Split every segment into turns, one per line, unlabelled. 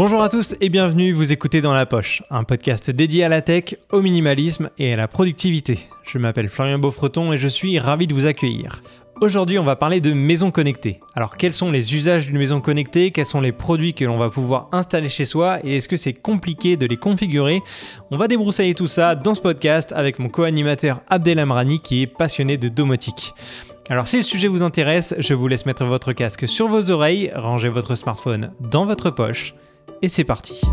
Bonjour à tous et bienvenue, vous écoutez Dans la Poche, un podcast dédié à la tech, au minimalisme et à la productivité. Je m'appelle Florian Beaufreton et je suis ravi de vous accueillir. Aujourd'hui, on va parler de maisons connectées. Alors, quels sont les usages d'une maison connectée? Quels sont les produits que l'on va pouvoir installer chez soi? Et est-ce que c'est compliqué de les configurer? On va débroussailler tout ça dans ce podcast avec mon co-animateur Abdel Amrani qui est passionné de domotique. Alors si le sujet vous intéresse, je vous laisse mettre votre casque sur vos oreilles, rangez votre smartphone dans votre poche et c'est parti.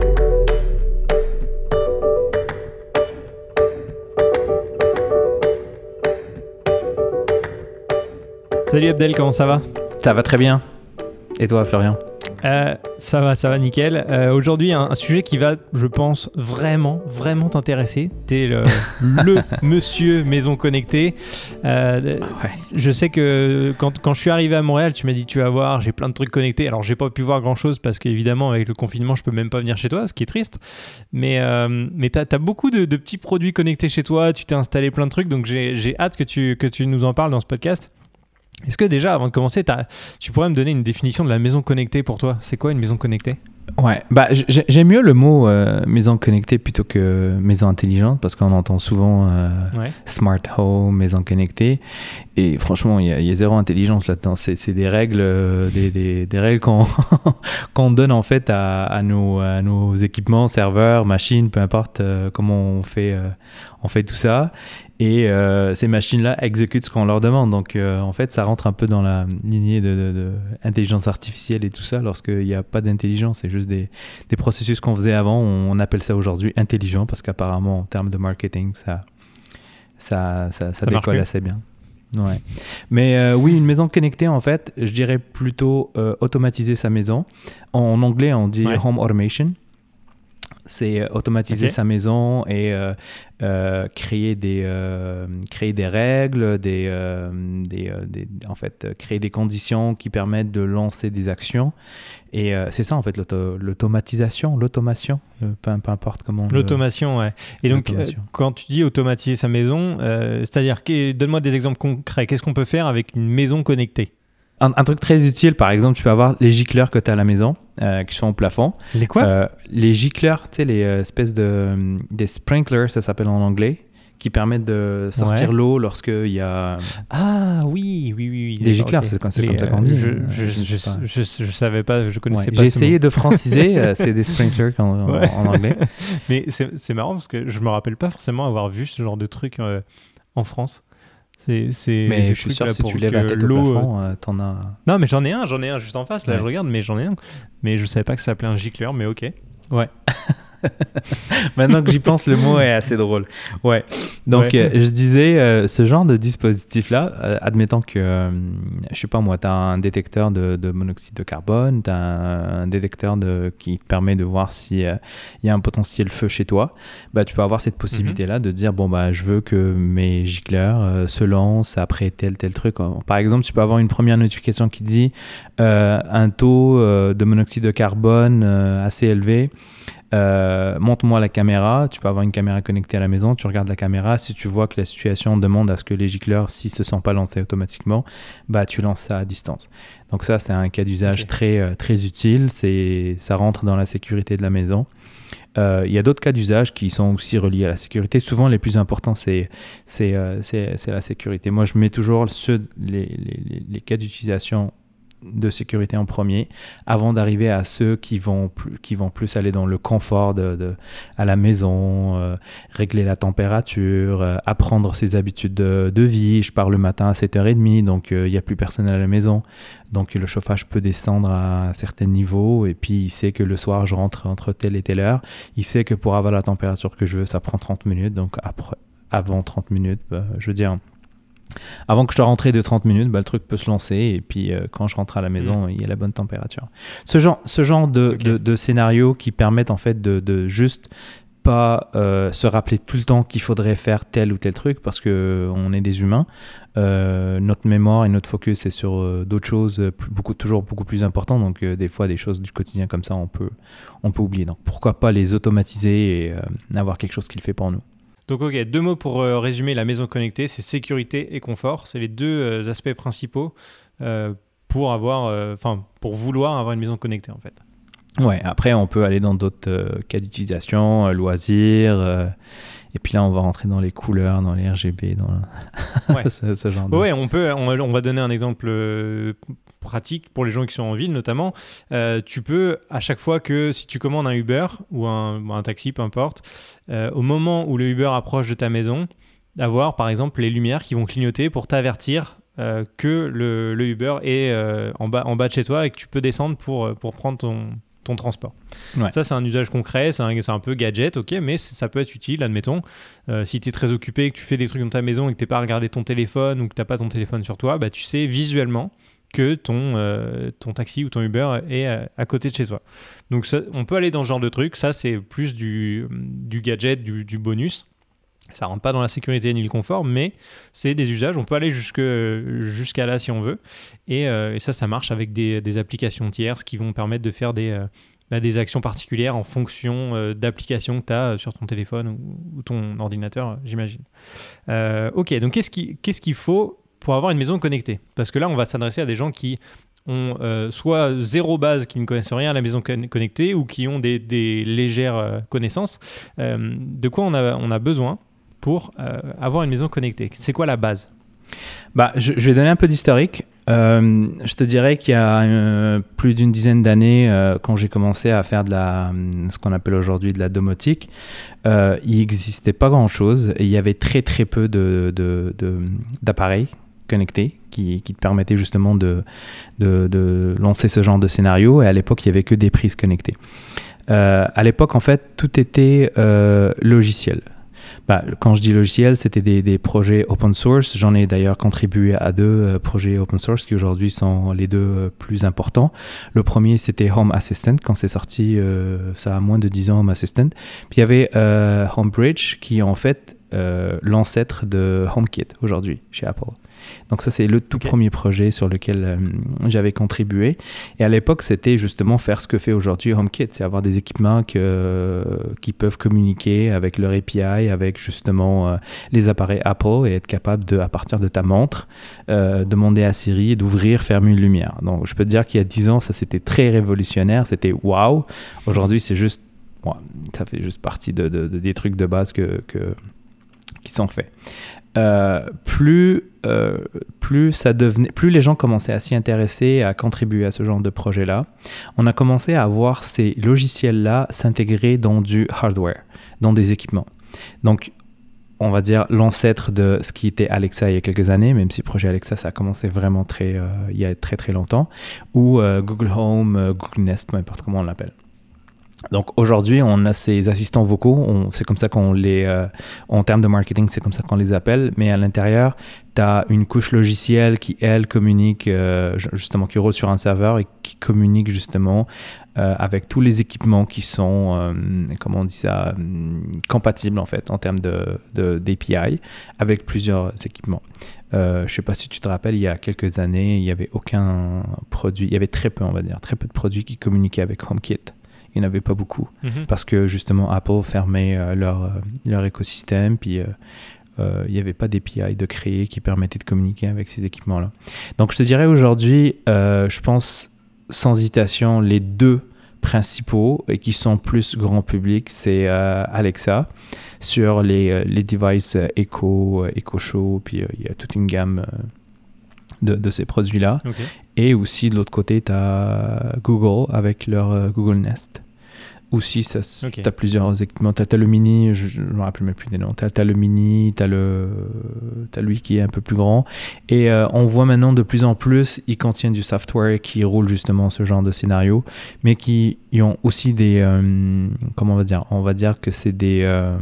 Salut Abdel, comment ça va?
Ça va très bien. Et toi Florian?
Ça va nickel. Aujourd'hui, un sujet qui va, je pense, vraiment t'intéresser. T'es le monsieur maison connectée.
Ouais.
Je sais que quand je suis arrivé à Montréal, tu m'as dit tu vas voir, j'ai plein de trucs connectés. Alors, j'ai pas pu voir grand-chose parce qu'évidemment, avec le confinement, je peux même pas venir chez toi, ce qui est triste. Mais t'as beaucoup de petits produits connectés chez toi. Tu t'es installé plein de trucs, donc j'ai hâte que tu nous en parles dans ce podcast. Est-ce que déjà, avant de commencer, tu pourrais me donner une définition de la maison connectée pour toi? C'est quoi une maison connectée?
Ouais, j'aime mieux le mot maison connectée plutôt que maison intelligente parce qu'on entend souvent smart home, maison connectée. Et franchement, il y a zéro intelligence là-dedans. C'est des règles, des règles qu'on donne en fait à nos équipements, serveurs, machines, peu importe comment on fait tout ça. Et ces machines-là exécutent ce qu'on leur demande. Donc, en fait, ça rentre un peu dans la lignée de intelligence artificielle et tout ça. Lorsqu'il n'y a pas d'intelligence, c'est juste des processus qu'on faisait avant. On appelle ça aujourd'hui intelligent parce qu'apparemment, en termes de marketing, ça décolle assez bien. Ouais. Mais oui, une maison connectée, en fait, je dirais plutôt automatiser sa maison. En anglais, on dit home automation. C'est automatiser sa maison et créer des règles, en fait, créer des conditions qui permettent de lancer des actions. Et c'est ça, en fait, l'automation, peu importe comment.
L'automation, ouais. Et donc, quand tu dis automatiser sa maison, c'est-à-dire, donne-moi des exemples concrets. Qu'est-ce qu'on peut faire avec une maison connectée?
Un truc très utile, par exemple, tu peux avoir les gicleurs que tu as à la maison, qui sont au plafond.
Les quoi?
Les gicleurs, tu sais, les espèces des sprinklers, ça s'appelle en anglais, qui permettent de sortir l'eau lorsqu'il y a...
Ah oui.
Des gicleurs, okay. C'est comme ça qu'on dit.
Je savais pas, je connaissais pas.
J'ai essayé de franciser, c'est des sprinklers en anglais.
Mais c'est marrant parce que je me rappelle pas forcément avoir vu ce genre de truc en France.
Mais je suis sûr que si tu lèves la tête au plafond, t'en as...
Non, mais j'en ai un juste en face, là, je regarde, mais j'en ai un. Mais je savais pas que ça s'appelait un gicleur, mais ok.
Ouais. Maintenant que j'y pense, le mot est assez drôle. Ouais. Donc, je disais, ce genre de dispositif-là, admettons que, je sais pas moi, tu as un détecteur de monoxyde de carbone, tu as un détecteur qui te permet de voir s'il y a un potentiel feu chez toi, bah, tu peux avoir cette possibilité-là de dire, bon, bah, je veux que mes gicleurs se lancent après tel truc. Par exemple, tu peux avoir une première notification qui dit un taux de monoxyde de carbone assez élevé. Montre-moi la caméra. Tu peux avoir une caméra connectée à la maison, tu regardes la caméra, si tu vois que la situation demande à ce que les gicleurs, s'ils ne se sont pas lancés automatiquement, bah, tu lances ça à distance. Donc ça, c'est un cas d'usage très utile, ça rentre dans la sécurité de la maison. Il y a d'autres cas d'usage qui sont aussi reliés à la sécurité. Souvent, les plus importants, c'est la sécurité. Moi, je mets toujours les cas d'utilisation de sécurité en premier, avant d'arriver à ceux qui vont plus aller dans le confort à la maison, régler la température, apprendre ses habitudes de vie. Je pars le matin à 7h30, donc il n'y a plus personne à la maison. Donc le chauffage peut descendre à un certain niveau, et puis il sait que le soir, je rentre entre telle et telle heure. Il sait que pour avoir la température que je veux, ça prend 30 minutes. Donc avant 30 minutes, je veux dire... Avant que je dois rentrer de 30 minutes, bah, le truc peut se lancer et puis quand je rentre à la maison, il y a la bonne température. Ce genre de scénarios qui permettent en fait de juste pas se rappeler tout le temps qu'il faudrait faire tel ou tel truc parce qu'on est des humains. Notre mémoire et notre focus est sur d'autres choses toujours beaucoup plus importantes. Donc des fois, des choses du quotidien comme ça, on peut oublier. Donc pourquoi pas les automatiser et avoir quelque chose qui le fait pour nous.
Donc ok, 2 mots pour résumer la maison connectée, c'est sécurité et confort. C'est les 2 aspects principaux pour vouloir avoir une maison connectée en fait.
Ouais, après, on peut aller dans d'autres cas d'utilisation, loisirs. Et puis là, on va rentrer dans les couleurs, dans les RGB, dans
Ouais.
ce genre de...
Ouais, on va donner un exemple pratique pour les gens qui sont en ville notamment. Tu peux, à chaque fois que si tu commandes un Uber ou un taxi, peu importe, au moment où le Uber approche de ta maison, d'avoir par exemple les lumières qui vont clignoter pour t'avertir que le Uber est en bas de chez toi et que tu peux descendre pour prendre ton transport.
Ouais.
Ça, c'est un usage concret, c'est un peu gadget, ok, mais ça peut être utile, admettons. Si tu es très occupé, que tu fais des trucs dans ta maison et que tu n'es pas à regarder ton téléphone ou que tu n'as pas ton téléphone sur toi, bah, tu sais visuellement que ton taxi ou ton Uber est à côté de chez toi. Donc ça, on peut aller dans ce genre de truc. Ça, c'est plus du gadget, du bonus. Ça rentre pas dans la sécurité ni le confort, mais c'est des usages. On peut aller jusqu'à là si on veut. Et ça marche avec des applications tierces qui vont permettre de faire des actions particulières en fonction d'applications que tu as sur ton téléphone ou ton ordinateur, j'imagine. Ok, donc qu'est-ce qu'il faut pour avoir une maison connectée? Parce que là, on va s'adresser à des gens qui ont soit zéro base, qui ne connaissent rien à la maison connectée ou qui ont des légères connaissances. De quoi on a besoin pour avoir une maison connectée? C'est quoi la base?
Je vais donner un peu d'historique. Je te dirais qu'il y a plus d'une dizaine d'années, quand j'ai commencé à faire ce qu'on appelle aujourd'hui de la domotique, il n'existait pas grand-chose et il y avait très très peu d'appareils connectés qui te permettaient justement de lancer ce genre de scénario. Et à l'époque, il n'y avait que des prises connectées. À l'époque, en fait, tout était logiciel. Quand je dis logiciel, c'était des projets open source. J'en ai d'ailleurs contribué à 2 projets open source qui aujourd'hui sont les 2 plus importants. Le premier, c'était Home Assistant. Quand c'est sorti, ça a moins de 10 ans, Home Assistant. Puis il y avait HomeBridge qui est en fait l'ancêtre de HomeKit aujourd'hui chez Apple. Donc ça, c'est le tout premier projet sur lequel j'avais contribué. Et à l'époque, c'était justement faire ce que fait aujourd'hui HomeKit. C'est avoir des équipements qui peuvent communiquer avec leur API, avec justement les appareils Apple et être capable à partir de ta montre, demander à Siri d'ouvrir, fermer une lumière. Donc je peux te dire qu'il y a 10 ans, ça c'était très révolutionnaire. C'était waouh. Aujourd'hui, c'est juste, ça fait juste partie des trucs de base qui sont faits. Plus les gens commençaient à s'y intéresser, à contribuer à ce genre de projet-là, on a commencé à voir ces logiciels-là s'intégrer dans du hardware, dans des équipements. Donc, on va dire l'ancêtre de ce qui était Alexa il y a quelques années, même si le projet Alexa, ça a commencé vraiment il y a très très longtemps, ou Google Home, Google Nest, peu importe comment on l'appelle. Donc aujourd'hui, on a ces assistants vocaux, c'est comme ça qu'on en termes de marketing, c'est comme ça qu'on les appelle, mais à l'intérieur, tu as une couche logicielle qui, elle, communique, justement, qui roule sur un serveur et qui communique justement avec tous les équipements qui sont, comment on dit ça, compatibles en fait, en termes d'API, avec plusieurs équipements. Je ne sais pas si tu te rappelles, il y a quelques années, il n'y avait aucun produit, il y avait très peu, on va dire, très peu de produits qui communiquaient avec HomeKit. Il n'y en avait pas beaucoup, parce que justement Apple fermait leur écosystème, puis il n'y avait pas d'API de créer qui permettait de communiquer avec ces équipements-là. Donc je te dirais aujourd'hui, je pense sans hésitation, les 2 principaux et qui sont plus grand public, c'est Alexa sur les devices Echo Show, puis il y a toute une gamme de ces produits-là. Okay. Et aussi de l'autre côté, tu as Google avec leur Google Nest. Aussi, tu as plusieurs équipements. Tu as le mini, je ne me rappelle même plus des noms. Tu as le mini, tu as lui qui est un peu plus grand. Et on voit maintenant de plus en plus, ils contiennent du software qui roule justement ce genre de scénario, mais qui ont aussi des... comment on va dire que c'est des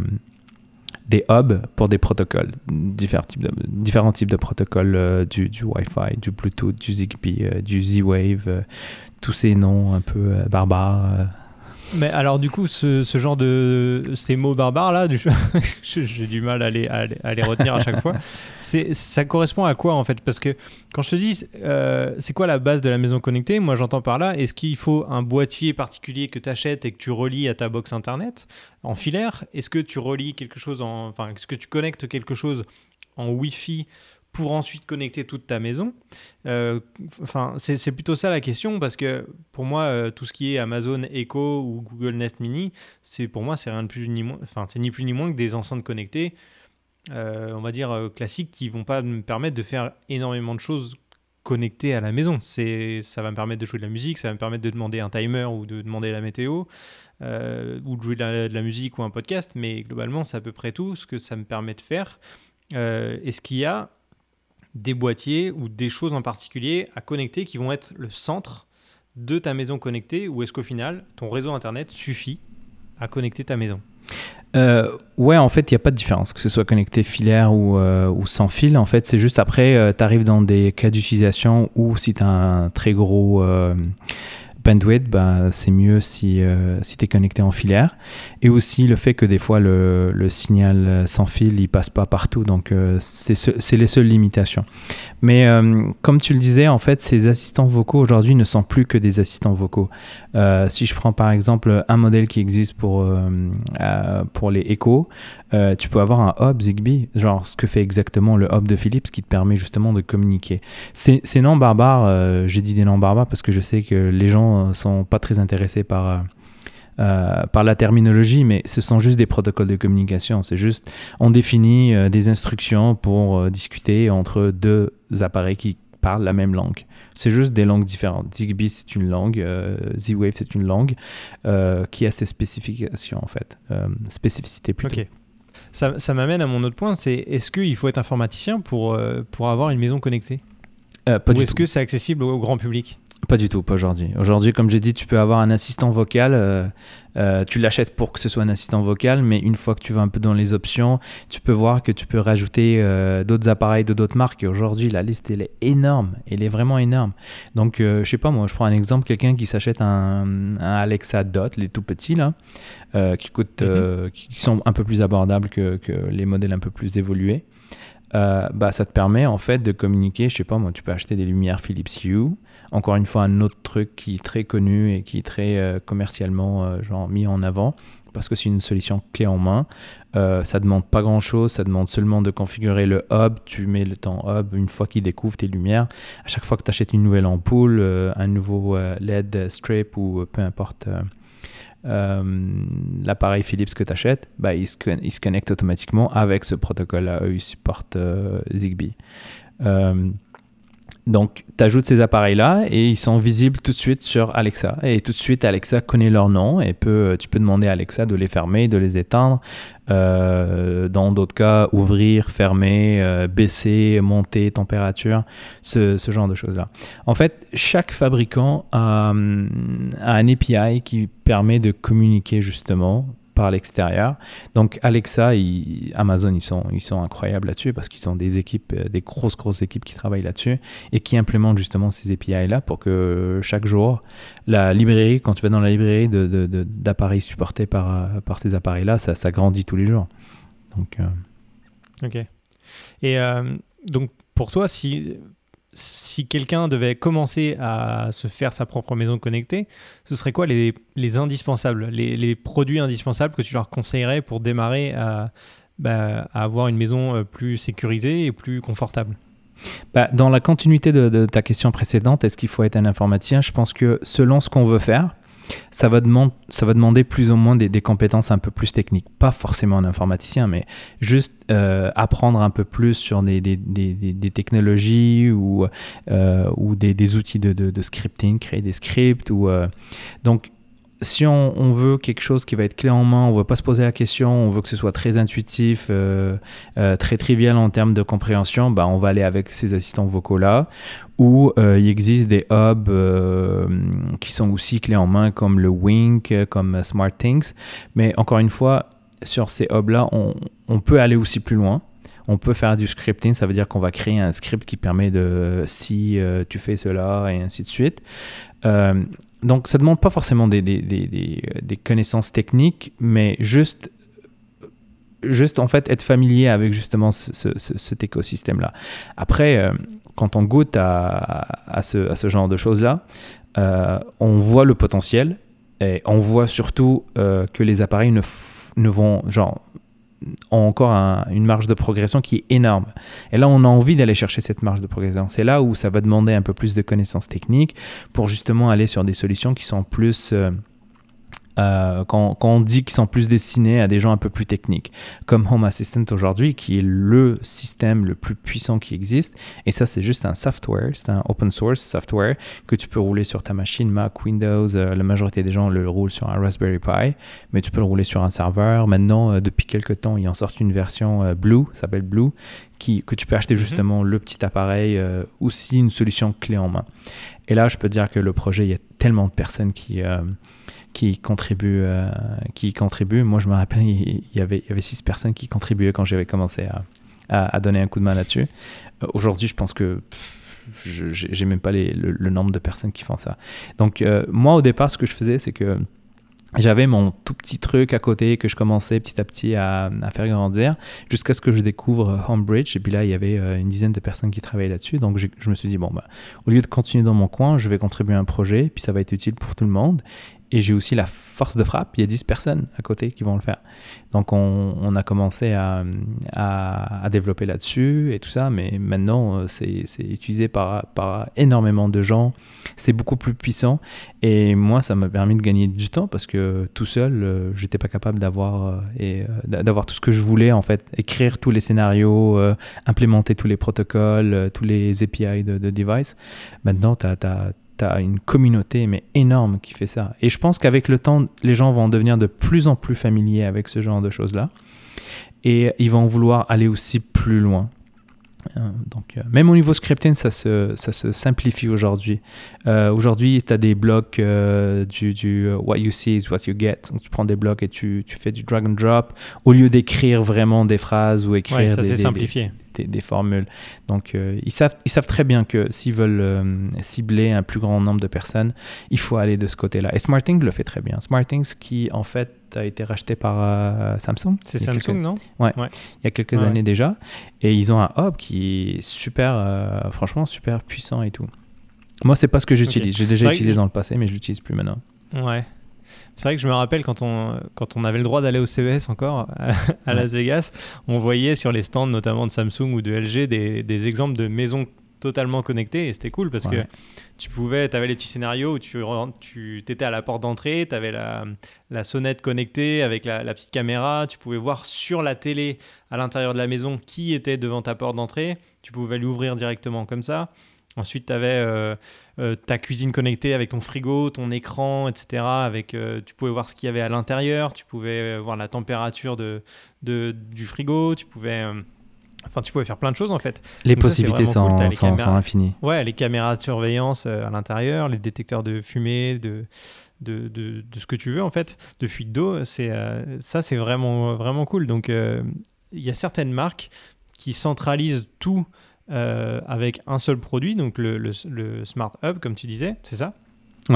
hubs pour des protocoles, différents types de protocoles, du Wi-Fi, du Bluetooth, du Zigbee, du Z-Wave, tous ces noms un peu barbares.
Mais alors du coup, ces mots barbares là, j'ai du mal à les retenir à chaque fois. Ça correspond à quoi en fait? Parce que quand je te dis, c'est quoi la base de la maison connectée? Moi j'entends par là, est-ce qu'il faut un boîtier particulier que tu achètes et que tu relis à ta box internet en filaire? Est-ce que tu relis quelque chose est-ce que tu connectes quelque chose en Wi-Fi pour ensuite connecter toute ta maison. C'est plutôt ça la question, parce que pour moi, tout ce qui est Amazon Echo ou Google Nest Mini, pour moi, c'est rien de plus ni moins, c'est ni plus ni moins que des enceintes connectées, on va dire classiques, qui vont pas me permettre de faire énormément de choses connectées à la maison. Ça va me permettre de jouer de la musique, ça va me permettre de demander un timer ou de demander la météo, ou de jouer de la musique ou un podcast, mais globalement, c'est à peu près tout ce que ça me permet de faire. Est-ce qu'il y a des boîtiers ou des choses en particulier à connecter qui vont être le centre de ta maison connectée, ou est-ce qu'au final, ton réseau Internet suffit à connecter ta maison ?
Ouais, en fait, il n'y a pas de différence, que ce soit connecté filaire ou sans fil. En fait, c'est juste après, tu arrives dans des cas d'utilisation où si tu as un très gros bandwidth, c'est mieux si tu es connecté en filaire. Et aussi le fait que des fois, le signal sans fil, il passe pas partout. Donc, c'est les seules limitations. Mais comme tu le disais, en fait, ces assistants vocaux aujourd'hui ne sont plus que des assistants vocaux. Si je prends par exemple un modèle qui existe pour les Echo, tu peux avoir un hub Zigbee, genre ce que fait exactement le hub de Philips, qui te permet justement de communiquer. Ces noms barbares, j'ai dit des noms barbares parce que je sais que les gens sont pas très intéressés par la terminologie, mais ce sont juste des protocoles de communication. C'est juste, on définit des instructions pour discuter entre deux appareils qui parlent la même langue. C'est juste des langues différentes. Zigbee, c'est une langue. Z-Wave, c'est une langue qui a ses spécifications, en fait. Spécificités plutôt.
Ok. Ça m'amène à mon autre point, c'est est-ce qu'il faut être informaticien pour avoir une maison connectée ?
Pas
Ou
du
est-ce
tout.
que c'est accessible au grand public ?
Pas du tout, pas aujourd'hui. Aujourd'hui, comme j'ai dit, tu peux avoir un assistant vocal. Tu l'achètes pour que ce soit un assistant vocal, mais une fois que tu vas un peu dans les options, tu peux voir que tu peux rajouter d'autres appareils de d'autres marques. Et aujourd'hui, la liste, elle est énorme. Elle est vraiment énorme. Donc, je sais pas, moi, je prends un exemple. Quelqu'un qui s'achète un Alexa Dot, les tout petits, là, qui coûtent, qui sont un peu plus abordables que les modèles un peu plus évolués. Ça te permet en fait de communiquer, je sais pas moi, tu peux acheter des lumières Philips Hue, encore une fois un autre truc qui est très connu et qui est très commercialement mis en avant, parce que c'est une solution clé en main. Ça demande pas grand chose, ça demande seulement de configurer le hub. Tu mets ton hub une fois qu'il découvre tes lumières. À chaque fois que tu achètes une nouvelle ampoule, un nouveau LED strip ou peu importe l'appareil Philips que tu achètes, il se connecte automatiquement avec ce protocole-là. Eux, ils supportent Zigbee. Donc, tu ajoutes ces appareils-là et ils sont visibles tout de suite sur Alexa. Et tout de suite, Alexa connaît leur nom et tu peux demander à Alexa de les fermer, de les éteindre. Dans d'autres cas, ouvrir, fermer, baisser, monter, température, ce genre de choses-là. En fait, chaque fabricant a un API qui permet de communiquer justement par l'extérieur. Donc Alexa, Amazon, ils sont incroyables là-dessus parce qu'ils ont des équipes, des grosses équipes qui travaillent là-dessus et qui implémentent justement ces API-là pour que chaque jour, la librairie, quand tu vas dans la librairie d'appareils supportés par ces appareils-là, ça grandit tous les jours. Donc,
Ok. Et donc pour toi, si quelqu'un devait commencer à se faire sa propre maison connectée, ce serait quoi les indispensables, les produits indispensables que tu leur conseillerais pour démarrer à avoir une maison plus sécurisée et plus confortable ?
Dans la continuité de ta question précédente, est-ce qu'il faut être un informaticien ? Je pense que selon ce qu'on veut faire, ça va demander plus ou moins des compétences un peu plus techniques. Pas forcément un informaticien, mais juste apprendre un peu plus sur des technologies ou des outils de scripting, créer des scripts. Donc, si on veut quelque chose qui va être clé en main, on ne veut pas se poser la question, on veut que ce soit très intuitif, très trivial en termes de compréhension, on va aller avec ces assistants vocaux-là. Ou il existe des hubs qui sont aussi clés en main, comme le Wink, comme SmartThings. Mais encore une fois, sur ces hubs-là, on peut aller aussi plus loin. On peut faire du scripting, ça veut dire qu'on va créer un script qui permet de si tu fais cela et ainsi de suite. Donc ça ne demande pas forcément des connaissances techniques, mais juste en fait être familier avec justement cet écosystème-là. Après, quand on goûte à ce genre de choses-là, on voit le potentiel et on voit surtout que les appareils ne vont ont encore une marge de progression qui est énorme. Et là, on a envie d'aller chercher cette marge de progression. C'est là où ça va demander un peu plus de connaissances techniques pour justement aller sur des solutions qui sont plus... quand on dit qu'ils sont plus destinés à des gens un peu plus techniques, comme Home Assistant aujourd'hui, qui est le système le plus puissant qui existe. Et ça, c'est juste un software, c'est un open source software que tu peux rouler sur ta machine Mac, Windows. La majorité des gens le roulent sur un Raspberry Pi, mais tu peux le rouler sur un serveur. Maintenant, depuis quelques temps, ils en sortent une version Blue, ça s'appelle Blue, que tu peux acheter justement le petit appareil, aussi une solution clé en main. Et là, je peux te dire que le projet, il y a tellement de personnes qui contribuent. Moi, je me rappelle, il y avait 6 personnes qui contribuaient quand j'avais commencé à donner un coup de main là-dessus. Aujourd'hui, je pense que j'ai même pas le nombre de personnes qui font ça. Donc, moi, au départ, ce que je faisais, c'est que j'avais mon tout petit truc à côté que je commençais petit à petit à faire grandir jusqu'à ce que je découvre Homebridge. Et puis là, il y avait une dizaine de personnes qui travaillaient là-dessus. Donc, je me suis dit, au lieu de continuer dans mon coin, je vais contribuer à un projet, puis ça va être utile pour tout le monde. Et j'ai aussi la force de frappe. Il y a 10 personnes à côté qui vont le faire. Donc, on a commencé à développer là-dessus et tout ça. Mais maintenant, c'est utilisé par énormément de gens. C'est beaucoup plus puissant. Et moi, ça m'a permis de gagner du temps parce que tout seul, j'étais pas capable d'avoir tout ce que je voulais, en fait. Écrire tous les scénarios, implémenter tous les protocoles, tous les API de device. Maintenant, tu as une communauté mais énorme qui fait ça. Et je pense qu'avec le temps, les gens vont devenir de plus en plus familiers avec ce genre de choses-là. Et ils vont vouloir aller aussi plus loin. Donc, même au niveau scripting, ça se simplifie aujourd'hui. Aujourd'hui, tu as des blocs du what you see is what you get. Donc, tu prends des blocs et tu fais du drag and drop au lieu d'écrire vraiment des phrases ou écrire des formules. Donc, ils savent très bien que s'ils veulent cibler un plus grand nombre de personnes, il faut aller de ce côté-là. Et SmartThings le fait très bien. SmartThings qui, en fait, a été racheté par Samsung.
C'est Samsung, non?
Ouais. Il y a quelques années déjà. Et ils ont un hub qui est super, franchement, super puissant et tout. Moi, c'est pas ce que j'utilise. J'ai déjà utilisé dans le passé, mais je l'utilise plus maintenant.
Ouais. C'est vrai que je me rappelle quand on avait le droit d'aller au CES encore à Las Vegas, on voyait sur les stands notamment de Samsung ou de LG des exemples de maisons totalement connectées et c'était cool parce que tu avais les petits scénarios où tu étais à la porte d'entrée, tu avais la sonnette connectée avec la petite caméra, tu pouvais voir sur la télé à l'intérieur de la maison qui était devant ta porte d'entrée, tu pouvais l'ouvrir directement comme ça. Ensuite, tu avais ta cuisine connectée avec ton frigo, ton écran, etc. Tu pouvais voir ce qu'il y avait à l'intérieur, tu pouvais voir la température du frigo, tu pouvais faire plein de choses en fait.
Les possibilités sont infinies.
Ouais, les caméras de surveillance à l'intérieur, les détecteurs de fumée, de ce que tu veux en fait, de fuite d'eau. Ça, c'est vraiment, vraiment cool. Donc, il y a certaines marques qui centralisent tout avec un seul produit, donc le Smart Hub, comme tu disais, c'est ça?
Ouais.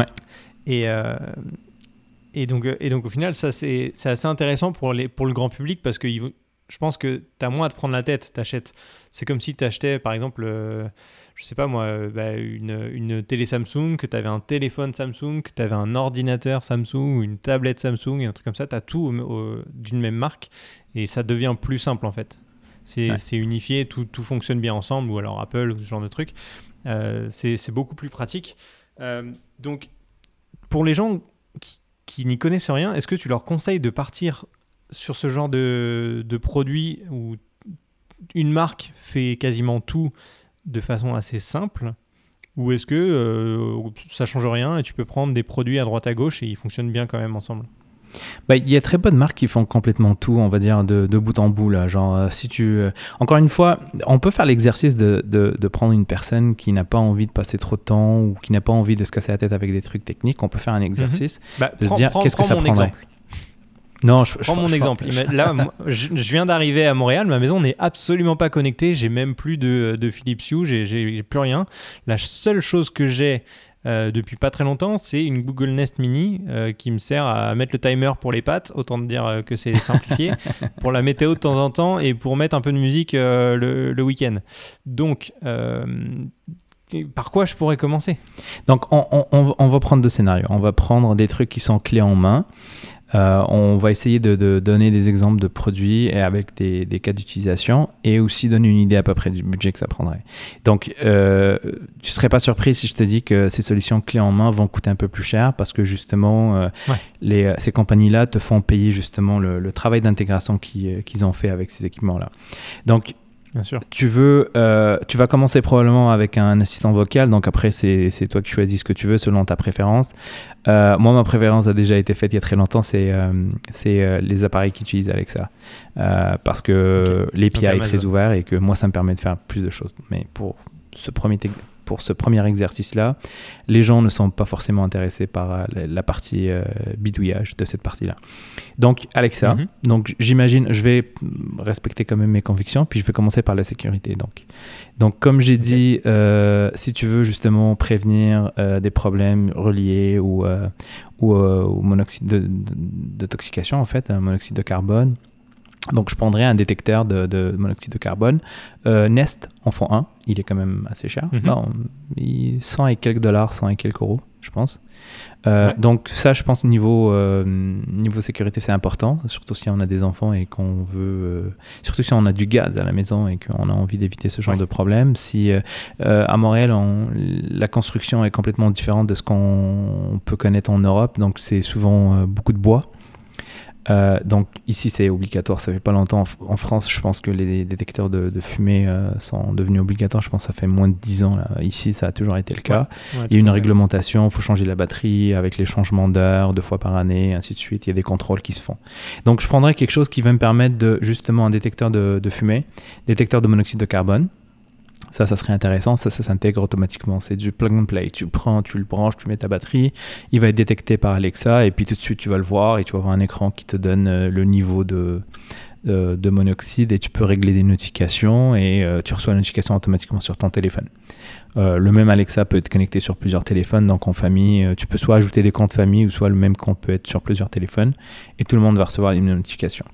Et donc au final, ça c'est assez intéressant pour le grand public parce que je pense que tu as moins à te prendre la tête. C'est comme si tu achetais, par exemple, je sais pas moi, une télé Samsung, que tu avais un téléphone Samsung, que tu avais un ordinateur Samsung ou une tablette Samsung, et un truc comme ça. Tu as tout d'une même marque et ça devient plus simple en fait. C'est unifié, tout fonctionne bien ensemble, ou alors Apple ou ce genre de truc. C'est beaucoup plus pratique. Donc, pour les gens qui n'y connaissent rien, est-ce que tu leur conseilles de partir sur ce genre de produit où une marque fait quasiment tout de façon assez simple, ou est-ce que ça change rien et tu peux prendre des produits à droite à gauche et ils fonctionnent bien quand même ensemble?
Il y a très peu de marques qui font complètement tout, on va dire, de bout en bout. Là. Genre, encore une fois, on peut faire l'exercice de prendre une personne qui n'a pas envie de passer trop de temps ou qui n'a pas envie de se casser la tête avec des trucs techniques. On peut faire un exercice de se dire qu'est-ce que ça prendrait.
Exemple.
Non,
prends mon exemple. Là, je viens d'arriver à Montréal, ma maison n'est absolument pas connectée, j'ai même plus de Philips Hue, j'ai plus rien. La seule chose que j'ai depuis pas très longtemps, c'est une Google Nest Mini qui me sert à mettre le timer pour les pâtes, autant te dire que c'est simplifié, pour la météo de temps en temps et pour mettre un peu de musique le week-end. Donc, par quoi je pourrais commencer?
Donc, on va prendre 2 scénarios. On va prendre des trucs qui sont clés en main. On va essayer de donner des exemples de produits et avec des cas d'utilisation et aussi donner une idée à peu près du budget que ça prendrait. Donc, tu ne serais pas surpris si je te dis que ces solutions clés en main vont coûter un peu plus cher parce que justement, ces compagnies-là te font payer justement le travail d'intégration qu'ils ont fait avec ces équipements-là. Donc,
bien sûr.
Tu vas commencer probablement avec un assistant vocal, donc après c'est toi qui choisis ce que tu veux selon ta préférence. Moi, ma préférence a déjà été faite il y a très longtemps, c'est les appareils qui utilisent Alexa, parce que l'API est très ouvert et que moi ça me permet de faire plus de choses. Mais pour ce premier exercice-là, les gens ne sont pas forcément intéressés par la partie bidouillage de cette partie-là. Donc, Alexa, donc j'imagine, je vais respecter quand même mes convictions, puis je vais commencer par la sécurité. Donc comme j'ai dit, si tu veux justement prévenir des problèmes reliés ou monoxyde de toxication, en fait, un monoxyde de carbone, donc, je prendrais un détecteur de monoxyde de carbone. Nest en font un. Il est quand même assez cher. 100 et quelques dollars, 100 et quelques euros, je pense. Donc, ça, je pense, niveau sécurité, c'est important. Surtout si on a des enfants et qu'on veut... surtout si on a du gaz à la maison et qu'on a envie d'éviter ce genre de problème. Si à Montréal, la construction est complètement différente de ce qu'on peut connaître en Europe. Donc, c'est souvent beaucoup de bois. Donc ici c'est obligatoire, ça fait pas longtemps en France, je pense que les détecteurs de fumée sont devenus obligatoires, je pense que ça fait moins de 10 ans là. Ici ça a toujours été le cas. Il y a une réglementation, il faut changer la batterie avec les changements d'heure 2 fois par année, ainsi de suite, il y a des contrôles qui se font. Donc je prendrais quelque chose qui va me permettre de justement un détecteur de fumée, détecteur de monoxyde de carbone. Ça serait intéressant, ça s'intègre automatiquement, c'est du plug and play, tu le branches, tu mets ta batterie, il va être détecté par Alexa et puis tout de suite tu vas le voir et tu vas avoir un écran qui te donne le niveau de monoxyde et tu peux régler des notifications et tu reçois la notification automatiquement sur ton téléphone. Le même Alexa peut être connecté sur plusieurs téléphones, donc en famille, tu peux soit ajouter des comptes famille ou soit le même compte peut être sur plusieurs téléphones et tout le monde va recevoir les mêmes notifications.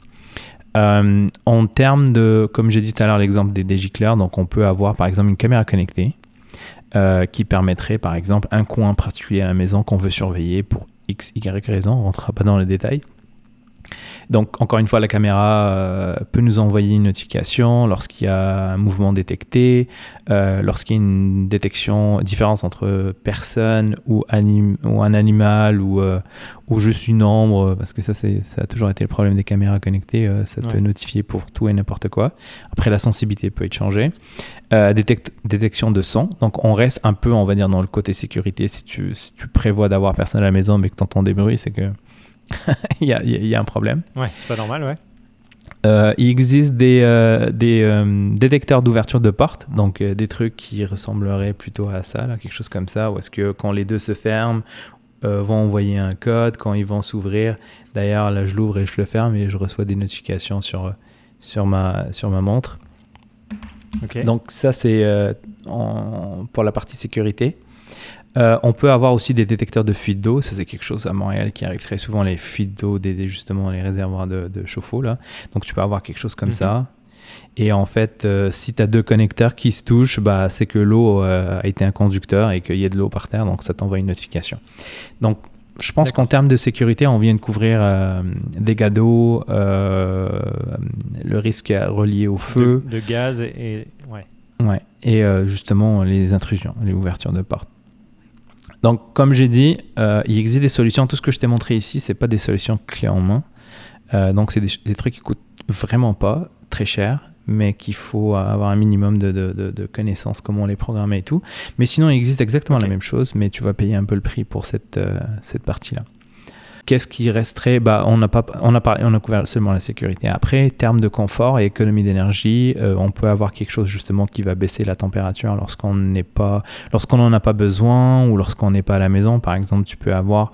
En termes de, comme j'ai dit tout à l'heure, l'exemple des gicleurs, donc on peut avoir par exemple une caméra connectée qui permettrait par exemple un coin particulier à la maison qu'on veut surveiller pour X, Y raison, on ne rentrera pas dans les détails. Donc encore une fois, la caméra peut nous envoyer une notification lorsqu'il y a un mouvement détecté, lorsqu'il y a une différence entre personne ou un animal ou juste une ombre, parce que ça a toujours été le problème des caméras connectées, ça te notifie pour tout et n'importe quoi. Après, la sensibilité peut être changée. Détection de son, donc on reste un peu, on va dire, dans le côté sécurité. Si tu prévois d'avoir personne à la maison mais que tu entends des bruits, c'est que il y a un problème.
Ouais, c'est pas normal, ouais.
Il existe des détecteurs d'ouverture de porte, donc des trucs qui ressembleraient plutôt à ça, là, quelque chose comme ça, où est-ce que quand les deux se ferment, vont envoyer un code, quand ils vont s'ouvrir, d'ailleurs là je l'ouvre et je le ferme et je reçois des notifications sur ma montre. Okay. Donc ça c'est pour la partie sécurité. On peut avoir aussi des détecteurs de fuite d'eau, ça c'est quelque chose à Montréal qui arrive très souvent, les fuites d'eau, justement les réservoirs de chauffe-eau là. Donc tu peux avoir quelque chose comme ça. Et en fait, si tu as 2 connecteurs qui se touchent, c'est que l'eau a été un conducteur et qu'il y a de l'eau par terre, donc ça t'envoie une notification. Donc je pense qu'en termes de sécurité, on vient de couvrir dégâts d'eau, le risque relié au feu.
De gaz et...
et justement les intrusions, les ouvertures de portes. Donc, comme j'ai dit, il existe des solutions. Tout ce que je t'ai montré ici, c'est pas des solutions clés en main. Donc, c'est des trucs qui coûtent vraiment pas très cher, mais qu'il faut avoir un minimum de connaissances, comment les programmer et tout. Mais sinon, il existe exactement la même chose, mais tu vas payer un peu le prix pour cette partie-là. Qu'est-ce qui resterait ? On a couvert seulement la sécurité. Après, termes de confort et économie d'énergie, on peut avoir quelque chose justement qui va baisser la température lorsqu'on n'en a pas besoin ou lorsqu'on n'est pas à la maison. Par exemple, tu peux avoir,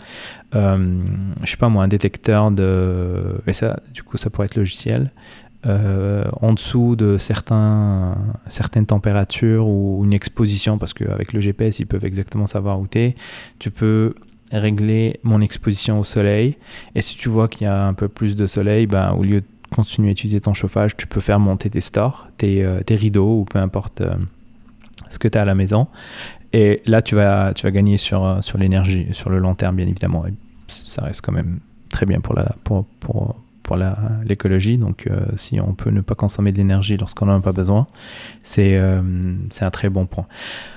un détecteur de... Et ça, du coup, ça pourrait être logiciel. En dessous de certaines températures ou une exposition, parce qu'avec le GPS, ils peuvent exactement savoir où tu es. Tu peux régler mon exposition au soleil, et si tu vois qu'il y a un peu plus de soleil, au lieu de continuer à utiliser ton chauffage, tu peux faire monter tes stores, tes rideaux ou peu importe ce que tu as à la maison, et là tu vas gagner sur l'énergie sur le long terme, bien évidemment. Et ça reste quand même très bien pour l'écologie. Donc, si on peut ne pas consommer de l'énergie lorsqu'on n'en a pas besoin, c'est un très bon point.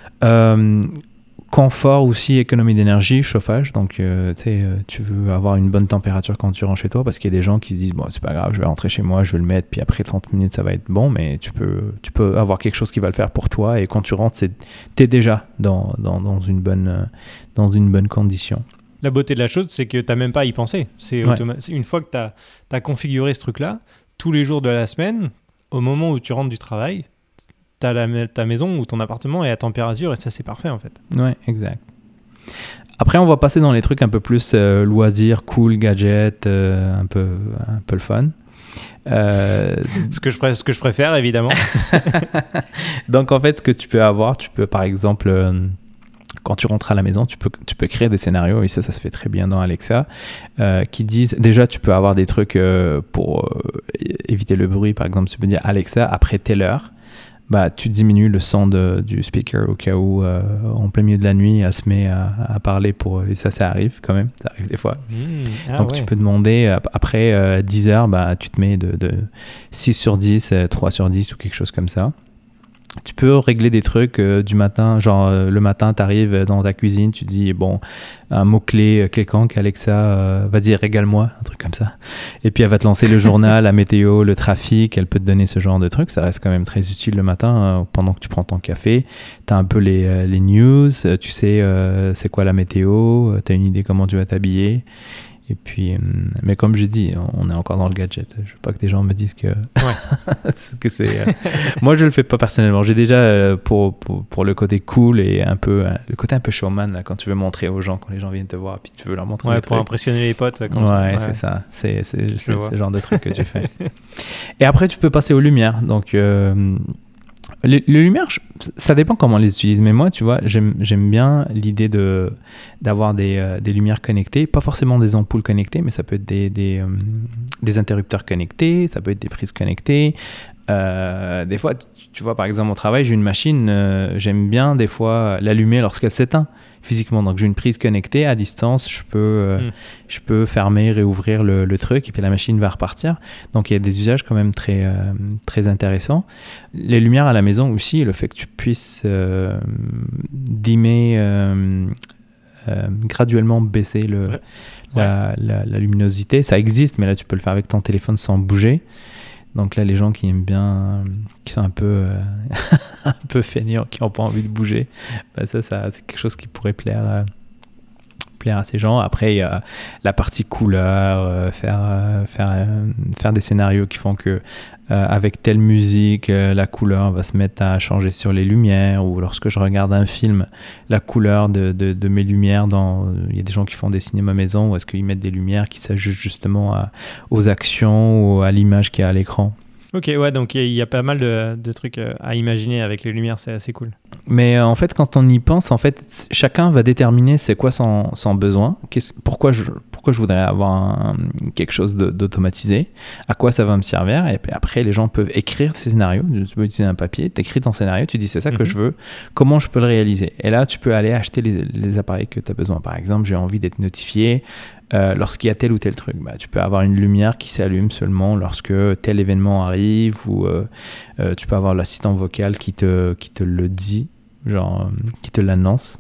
Confort aussi, économie d'énergie, chauffage. Donc, tu veux avoir une bonne température quand tu rentres chez toi, parce qu'il y a des gens qui se disent, bon, c'est pas grave, je vais rentrer chez moi, je vais le mettre, puis après 30 minutes, ça va être bon, mais tu peux avoir quelque chose qui va le faire pour toi, et quand tu rentres, t'es déjà dans une bonne condition.
La beauté de la chose, c'est que tu n'as même pas à y penser. C'est une fois que tu as configuré ce truc-là, tous les jours de la semaine, au moment où tu rentres du travail, tu as ta maison ou ton appartement est à température et ça, c'est parfait en fait.
Ouais, exact. Après, on va passer dans les trucs un peu plus loisirs, cool, gadgets, un peu le fun.
Ce que je préfère, évidemment.
Donc, en fait, ce que tu peux avoir, tu peux par exemple... quand tu rentres à la maison, tu peux créer des scénarios, et ça se fait très bien dans Alexa, qui disent, déjà tu peux avoir des trucs pour éviter le bruit. Par exemple, tu peux dire Alexa, après telle heure, tu diminues le son du speaker au cas où en plein milieu de la nuit, elle se met à parler et ça arrive quand même, ça arrive des fois. Donc tu peux demander, après 10 heures, tu te mets de 6 sur 10, 3 sur 10 ou quelque chose comme ça. Tu peux régler des trucs du matin, genre le matin, tu arrives dans ta cuisine, tu dis, bon, un mot-clé quelconque, Alexa, vas-y, régale-moi, un truc comme ça. Et puis elle va te lancer le journal, la météo, le trafic, elle peut te donner ce genre de trucs. Ça reste quand même très utile le matin, pendant que tu prends ton café. Tu as un peu les news, tu sais c'est quoi la météo, tu as une idée comment tu vas t'habiller. Et puis, mais comme je dis, on est encore dans le gadget. Je veux pas que des gens me disent que, que c'est. Moi, je le fais pas personnellement. J'ai déjà pour le côté cool et un peu le côté un peu showman là, quand tu veux montrer aux gens, quand les gens viennent te voir, puis tu veux leur montrer.
Ouais, pour impressionner les potes.
C'est ça. C'est ce genre de truc que tu fais. Et après, tu peux passer aux lumières. Donc les lumières, ça dépend comment on les utilise, mais moi, tu vois, j'aime bien l'idée d'avoir des lumières connectées, pas forcément des ampoules connectées, mais ça peut être des interrupteurs connectés, ça peut être des prises connectées. Des fois, tu vois, par exemple, au travail, j'ai une machine, j'aime bien des fois l'allumer lorsqu'elle s'éteint physiquement. Donc, j'ai une prise connectée à distance, je peux fermer, réouvrir le truc, et puis la machine va repartir. Donc, il y a des usages quand même très, très intéressants. Les lumières à la maison aussi, le fait que tu puisses dimmer, graduellement baisser la luminosité, ça existe, mais là, tu peux le faire avec ton téléphone sans bouger. Donc là, les gens qui aiment bien, qui sont un peu feignants, qui n'ont pas envie de bouger, ça c'est quelque chose qui pourrait plaire à ces gens. Après, il y a la partie couleur, faire des scénarios qui font que avec telle musique, la couleur va se mettre à changer sur les lumières, ou lorsque je regarde un film, la couleur de mes lumières, il y a des gens qui font des cinémas maison, où est-ce qu'ils mettent des lumières qui s'ajustent justement aux actions ou à l'image qu'il y a à l'écran.
Ok, ouais, donc il y a pas mal de trucs à imaginer avec les lumières, c'est assez cool.
Mais en fait, quand on y pense, en fait, chacun va déterminer c'est quoi son besoin, pourquoi je voudrais avoir quelque chose d'automatisé, à quoi ça va me servir, et puis après, les gens peuvent écrire ces scénarios. Tu peux utiliser un papier, tu écris ton scénario, tu dis c'est ça que je veux, comment je peux le réaliser. Et là, tu peux aller acheter les appareils que tu as besoin. Par exemple, j'ai envie d'être notifié lorsqu'il y a tel ou tel truc. Tu peux avoir une lumière qui s'allume seulement lorsque tel événement arrive, ou tu peux avoir l'assistant vocal qui te le dit, genre qui te l'annonce.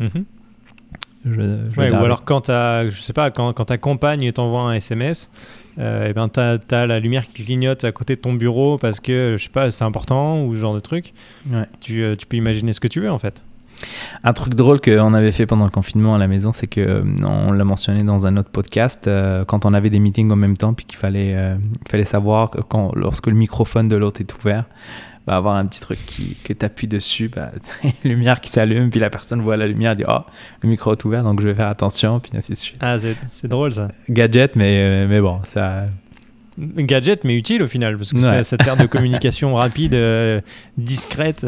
Ou alors quand ta compagne t'envoie un SMS, t'as la lumière qui clignote à côté de ton bureau parce que je sais pas, c'est important, ou ce genre de truc. Tu peux imaginer ce que tu veux en fait.
Un truc drôle qu'on avait fait pendant le confinement à la maison, c'est que on l'a mentionné dans un autre podcast, quand on avait des meetings en même temps, puis qu'il fallait savoir que lorsque le microphone de l'autre est ouvert, avoir un petit truc que tu appuies dessus, une lumière qui s'allume, puis la personne voit la lumière et dit « Oh, le micro est ouvert, donc je vais faire attention », puis ainsi de suite.
Ah, c'est drôle ça.
Gadget, mais bon, ça...
Gadget, mais utile au final, parce que ça te sert de communication rapide, discrète.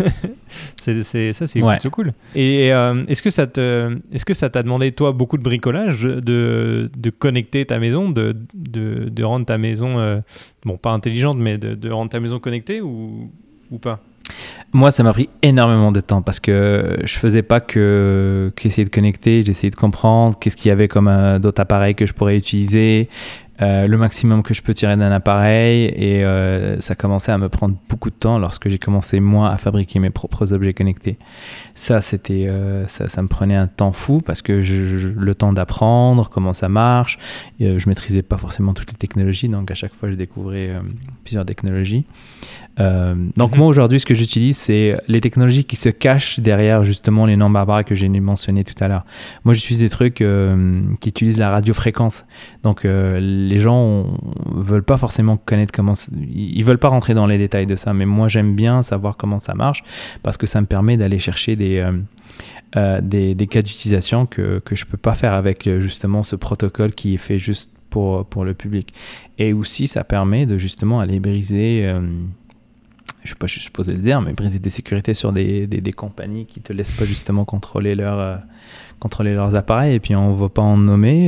C'est plutôt cool. Et est-ce que ça t'a demandé, toi, beaucoup de bricolage, de connecter ta maison, de rendre ta maison, bon, pas intelligente, mais de rendre ta maison connectée, ou pas ?
Moi, ça m'a pris énormément de temps parce que je faisais pas qu'essayer de connecter, j'essayais de comprendre qu'est-ce qu'il y avait comme d'autres appareils que je pourrais utiliser, le maximum que je peux tirer d'un appareil, et ça commençait à me prendre beaucoup de temps lorsque j'ai commencé moi à fabriquer mes propres objets connectés. Ça, c'était, ça me prenait un temps fou parce que le temps d'apprendre comment ça marche, je maîtrisais pas forcément toutes les technologies, donc à chaque fois je découvrais plusieurs technologies. Donc moi aujourd'hui ce que j'utilise c'est les technologies qui se cachent derrière justement les normes barbares que j'ai mentionné tout à l'heure. Moi j'utilise des trucs qui utilisent la radiofréquence, donc les gens veulent pas forcément connaître comment ils veulent pas rentrer dans les détails de ça, mais moi j'aime bien savoir comment ça marche parce que ça me permet d'aller chercher des cas d'utilisation que je peux pas faire avec justement ce protocole qui est fait juste pour le public, et aussi ça permet de justement aller briser je sais pas, je suis supposé le dire, mais briser des sécurités sur des compagnies qui te laissent pas justement contrôler leurs appareils, et puis on va pas en nommer.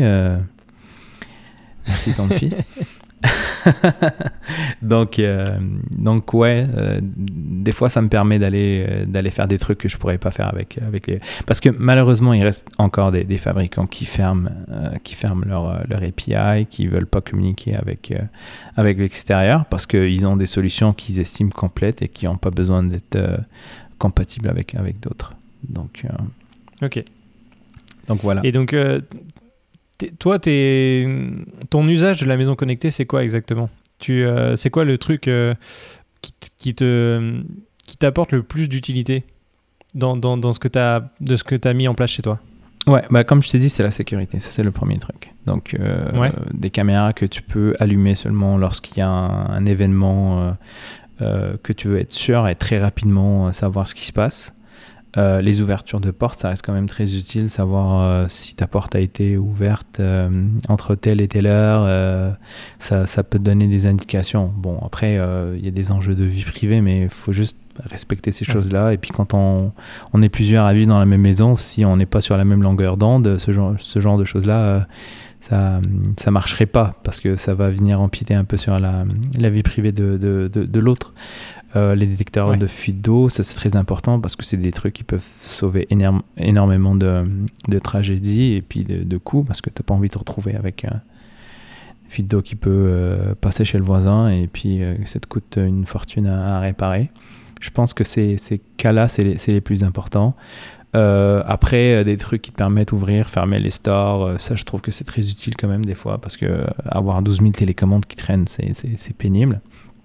Merci Sanfi. donc ouais, des fois ça me permet d'aller faire des trucs que je pourrais pas faire avec les... Parce que malheureusement il reste encore des fabricants qui ferment leur API, qui veulent pas communiquer avec l'extérieur parce qu'ils ont des solutions qu'ils estiment complètes et qui n'ont pas besoin d'être compatibles avec d'autres. Donc
ok.
Donc voilà.
Et donc toi, ton usage de la maison connectée, c'est quoi exactement ? C'est quoi le truc qui t'apporte le plus d'utilité dans ce que t'as mis en place chez toi ?
Ouais, bah comme je t'ai dit, c'est la sécurité. Ça, c'est le premier truc. Donc, des caméras que tu peux allumer seulement lorsqu'il y a un événement que tu veux être sûr et très rapidement savoir ce qui se passe. Les ouvertures de portes, ça reste quand même très utile, savoir si ta porte a été ouverte entre telle et telle heure, ça peut te donner des indications. Bon, après, il y a des enjeux de vie privée, mais il faut juste respecter ces choses-là. Et puis quand on est plusieurs à vivre dans la même maison, si on n'est pas sur la même longueur d'onde, ce genre de choses-là, ça marcherait pas, parce que ça va venir empiéter un peu sur la vie privée de l'autre. Les détecteurs de fuite d'eau, ça c'est très important parce que c'est des trucs qui peuvent sauver énormément de tragédies et puis de coûts, parce que tu n'as pas envie de te retrouver avec une fuite d'eau qui peut passer chez le voisin et puis ça te coûte une fortune à réparer. Je pense que ces cas-là, c'est les plus importants. Après, des trucs qui te permettent d'ouvrir, fermer les stores, ça je trouve que c'est très utile quand même des fois, parce que avoir 12 000 télécommandes qui traînent, c'est pénible.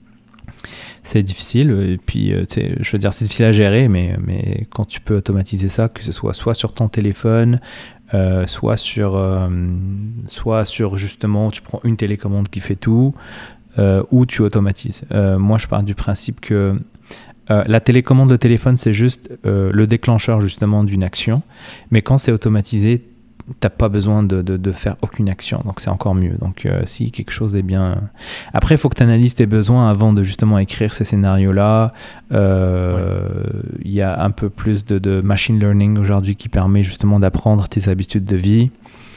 C'est difficile, et puis je veux dire, c'est difficile à gérer, mais quand tu peux automatiser ça, que ce soit sur ton téléphone, soit sur justement tu prends une télécommande qui fait tout, ou tu automatises. Moi je pars du principe que la télécommande de téléphone, c'est juste le déclencheur justement d'une action, mais quand c'est automatisé, t'as pas besoin de faire aucune action, donc c'est encore mieux. Donc si quelque chose est bien... Après, il faut que tu analyses tes besoins avant de justement écrire ces scénarios-là. Y a un peu plus de machine learning aujourd'hui qui permet justement d'apprendre tes habitudes de vie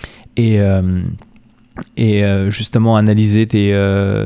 et justement analyser tes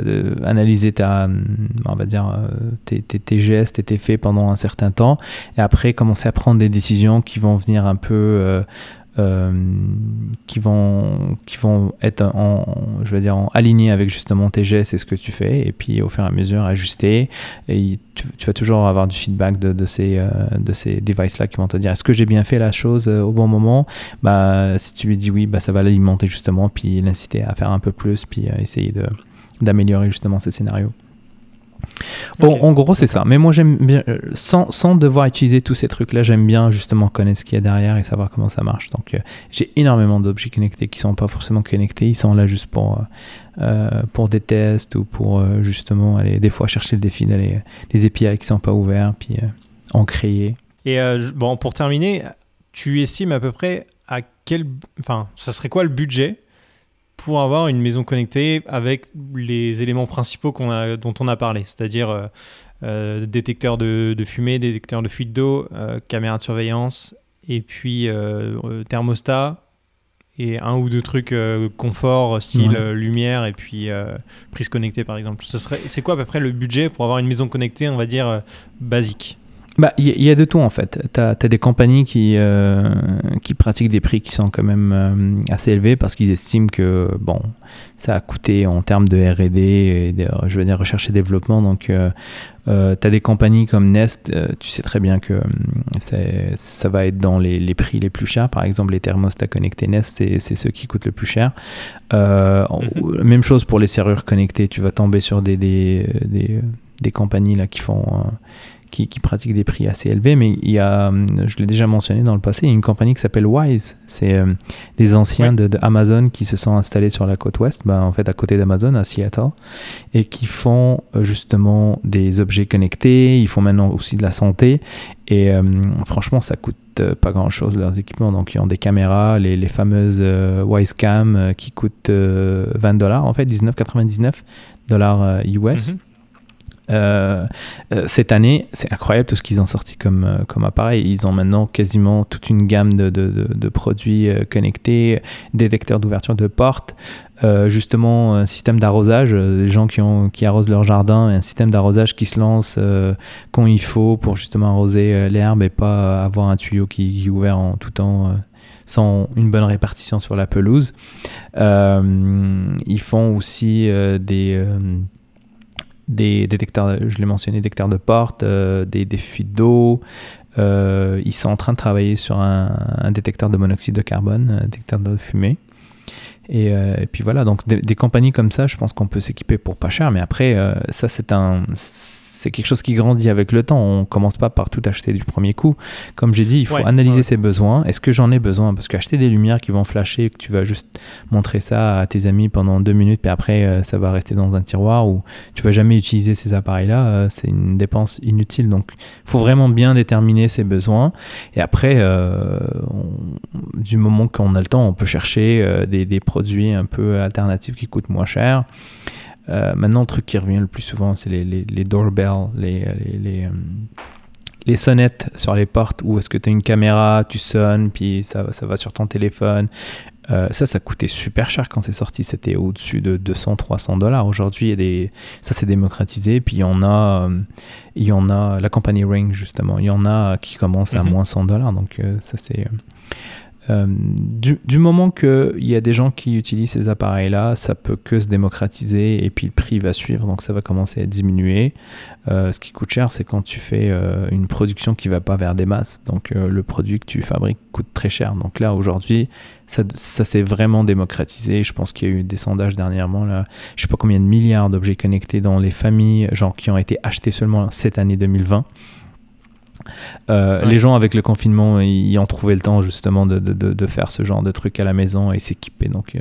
gestes et tes faits pendant un certain temps, et après commencer à prendre des décisions qui vont venir un peu qui vont être alignés avec justement tes gestes et ce que tu fais, et puis au fur et à mesure ajuster, et tu vas toujours avoir du feedback de ces devices là qui vont te dire est-ce que j'ai bien fait la chose au bon moment. Si tu lui dis oui, ça va l'alimenter justement, puis l'inciter à faire un peu plus, puis essayer d'améliorer justement ce scénario. Okay. En gros, c'est ça. Mais moi, j'aime bien, sans devoir utiliser tous ces trucs-là, j'aime bien justement connaître ce qu'il y a derrière et savoir comment ça marche. Donc, j'ai énormément d'objets connectés qui ne sont pas forcément connectés. Ils sont là juste pour des tests ou pour justement aller des fois chercher le défi d'aller des API qui ne sont pas ouverts, puis en créer.
Et pour terminer, tu estimes à peu près ça serait quoi le budget pour avoir une maison connectée avec les éléments principaux dont on a parlé, c'est-à-dire détecteur de fumée, détecteur de fuite d'eau, caméra de surveillance, et puis thermostat, et un ou deux trucs confort, style lumière, et puis prise connectée par exemple. C'est quoi à peu près le budget pour avoir une maison connectée, on va dire, basique ?
Bah, il y a de tout en fait. Tu as des compagnies qui pratiquent des prix qui sont quand même assez élevés parce qu'ils estiment que bon, ça a coûté en termes de R&D, et je veux dire recherche et développement. Donc, tu as des compagnies comme Nest, tu sais très bien que ça va être dans les prix les plus chers. Par exemple, les thermostats connectés Nest, c'est ceux qui coûtent le plus cher. Même chose pour les serrures connectées. Tu vas tomber sur des compagnies là qui font... Qui pratiquent des prix assez élevés, mais il y a, je l'ai déjà mentionné dans le passé, il y a une compagnie qui s'appelle Wyze. C'est des anciens de Amazon qui se sont installés sur la côte ouest, en fait à côté d'Amazon, à Seattle, et qui font justement des objets connectés. Ils font maintenant aussi de la santé, et franchement, ça coûte pas grand-chose leurs équipements. Donc ils ont des caméras, les fameuses Wisecam qui coûtent $20, en fait, $19,99 US. Cette année, c'est incroyable tout ce qu'ils ont sorti comme appareil. Ils ont maintenant quasiment toute une gamme de produits connectés, détecteurs d'ouverture de portes, justement un système d'arrosage, les gens qui arrosent leur jardin, un système d'arrosage qui se lance quand il faut pour justement arroser l'herbe et pas avoir un tuyau qui est ouvert en tout temps sans une bonne répartition sur la pelouse. Ils font aussi des détecteurs, je l'ai mentionné, détecteurs de porte, des fuites d'eau. Ils sont en train de travailler sur un détecteur de monoxyde de carbone, un détecteur de fumée. Et puis voilà, donc des compagnies comme ça, je pense qu'on peut s'équiper pour pas cher, mais après, ça c'est quelque chose qui grandit avec le temps. On commence pas par tout acheter du premier coup. Comme j'ai dit, il faut analyser ses besoins. Est-ce que j'en ai besoin? Parce qu'acheter des lumières qui vont flasher, que tu vas juste montrer ça à tes amis pendant 2 minutes, puis après ça va rester dans un tiroir ou tu vas jamais utiliser ces appareils-là, c'est une dépense inutile. Donc, il faut vraiment bien déterminer ses besoins. Et après, du moment qu'on a le temps, on peut chercher des produits un peu alternatifs qui coûtent moins cher. Maintenant, le truc qui revient le plus souvent, c'est les doorbells, les sonnettes sur les portes où est-ce que tu as une caméra, tu sonnes, puis ça va sur ton téléphone. Ça coûtait super cher quand c'est sorti. C'était au-dessus de $200-300. Aujourd'hui, ça s'est démocratisé. Puis il y en a la compagnie Ring, justement. Il y en a qui commencent à moins $100. Donc ça, c'est... du moment qu'il y a des gens qui utilisent ces appareils-là, ça peut que se démocratiser et puis le prix va suivre, donc ça va commencer à diminuer. Ce qui coûte cher, c'est quand tu fais une production qui ne va pas vers des masses. Donc le produit que tu fabriques coûte très cher. Donc là, aujourd'hui, ça s'est vraiment démocratisé. Je pense qu'il y a eu des sondages dernièrement. Là, je ne sais pas combien de milliards d'objets connectés dans les familles, genre qui ont été achetés seulement cette année 2020. Les gens avec le confinement ils ont trouvé le temps justement de faire ce genre de trucs à la maison et s'équiper, donc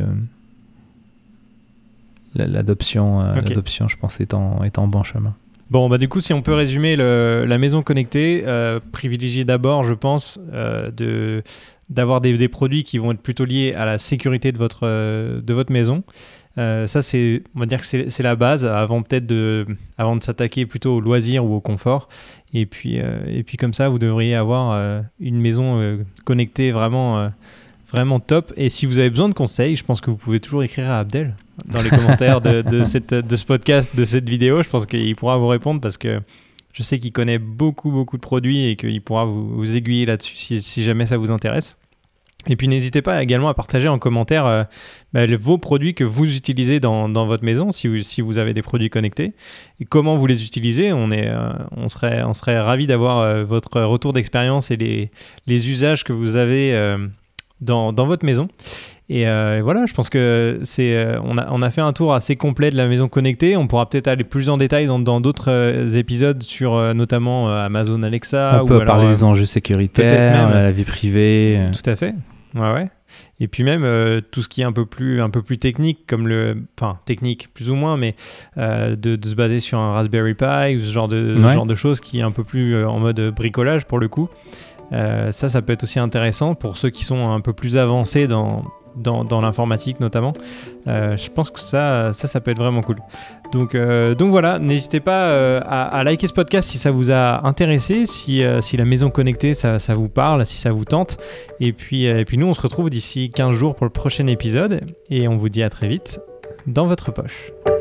l'adoption je pense est en bon chemin.
Bon, du coup, si on peut résumer la maison connectée, privilégier d'abord, je pense, d'avoir des produits qui vont être plutôt liés à la sécurité de votre maison. Ça, on va dire que c'est la base avant de s'attaquer plutôt au loisir ou au confort. Et puis comme ça, vous devriez avoir une maison connectée vraiment top. Et si vous avez besoin de conseils, je pense que vous pouvez toujours écrire à Abdel dans les commentaires de ce podcast, de cette vidéo. Je pense qu'il pourra vous répondre parce que je sais qu'il connaît beaucoup de produits et qu'il pourra vous aiguiller là-dessus si jamais ça vous intéresse. Et puis n'hésitez pas également à partager en commentaire vos produits que vous utilisez dans votre maison, si vous avez des produits connectés, et comment vous les utilisez. On serait ravis d'avoir votre retour d'expérience et les usages que vous avez dans votre maison. Et voilà, je pense que on a fait un tour assez complet de la maison connectée. On pourra peut-être aller plus en détail dans d'autres épisodes sur notamment Amazon Alexa.
On peut parler des enjeux sécuritaires, la vie privée.
Tout à fait. Ouais. Et puis même tout ce qui est un peu plus technique, comme technique plus ou moins, mais de se baser sur un Raspberry Pi ou ce genre de choses qui est un peu plus en mode bricolage pour le coup. Ça peut être aussi intéressant pour ceux qui sont un peu plus avancés dans l'informatique notamment. Je pense que ça peut être vraiment cool. Donc voilà, n'hésitez pas à liker ce podcast si ça vous a intéressé, si la maison connectée ça vous parle, si ça vous tente. Et puis nous on se retrouve d'ici 15 jours pour le prochain épisode et on vous dit à très vite dans votre poche.